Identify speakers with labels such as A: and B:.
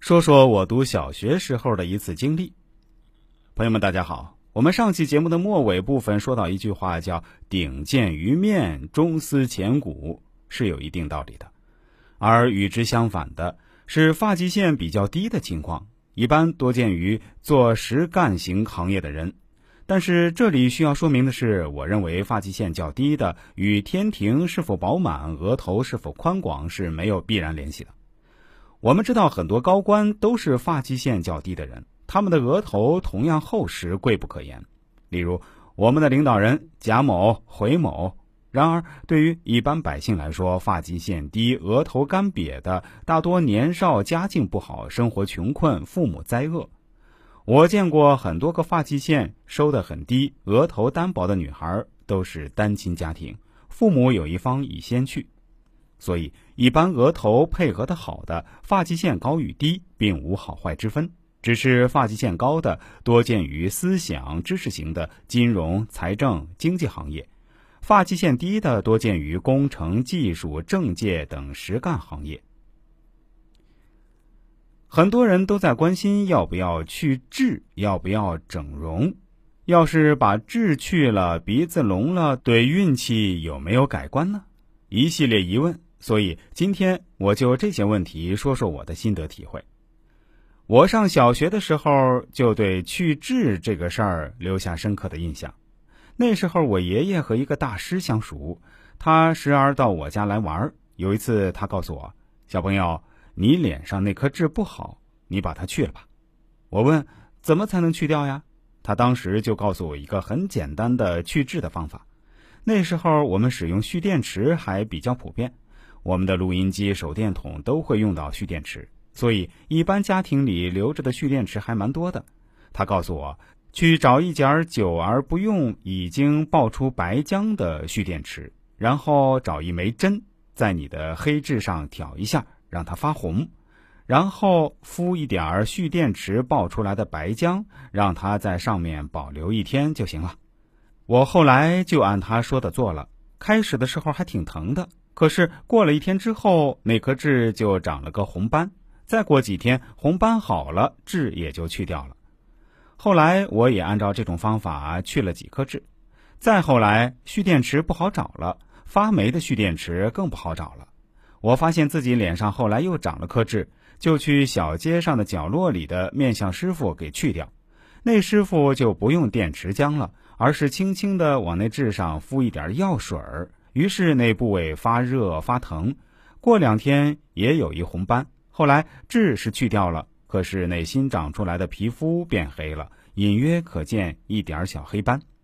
A: 说说我读小学时候的一次经历。朋友们大家好，我们上期节目的末尾部分说到一句话叫顶见于面，中思前骨，是有一定道理的。而与之相反的是发际线比较低的情况，一般多见于做实干型行业的人。但是这里需要说明的是，我认为发际线较低的与天庭是否饱满、额头是否宽广是没有必然联系的。我们知道很多高官都是发际线较低的人，他们的额头同样厚实，贵不可言。例如我们的领导人贾某、回某。然而对于一般百姓来说，发际线低、额头干瘪的大多年少，家境不好，生活穷困，父母灾厄。我见过很多个发际线收得很低、额头单薄的女孩，都是单亲家庭，父母有一方已先去。所以一般额头配合得好的，发际线高与低并无好坏之分，只是发际线高的多见于思想知识型的金融、财政、经济行业，发际线低的多见于工程、技术、政界等实干行业。很多人都在关心要不要去痣，要不要整容，要是把痣去了，鼻子隆了，对运气有没有改观呢？一系列疑问。所以今天我就这些问题说说我的心得体会。我上小学的时候就对去痣这个事儿留下深刻的印象。那时候我爷爷和一个大师相熟，他时而到我家来玩。有一次他告诉我，小朋友，你脸上那颗痣不好，你把它去了吧。我问怎么才能去掉呀？他当时就告诉我一个很简单的去痣的方法。那时候我们使用蓄电池还比较普遍，我们的录音机、手电筒都会用到蓄电池，所以一般家庭里留着的蓄电池还蛮多的。他告诉我，去找一节久而不用、已经爆出白浆的蓄电池，然后找一枚针，在你的黑痣上挑一下，让它发红，然后敷一点蓄电池爆出来的白浆，让它在上面保留1天就行了。我后来就按他说的做了，开始的时候还挺疼的，可是过了1天之后，那颗痣就长了个红斑，再过几天红斑好了，痣也就去掉了。后来我也按照这种方法去了几颗痣。再后来蓄电池不好找了，发霉的蓄电池更不好找了。我发现自己脸上后来又长了颗痣，就去小街上的角落里的面相师傅给去掉。那师傅就不用电池浆了，而是轻轻地往那痣上敷一点药水儿，于是那部位发热发疼，过2天也有一红斑。后来痣是去掉了，可是那新长出来的皮肤变黑了，隐约可见一点小黑斑。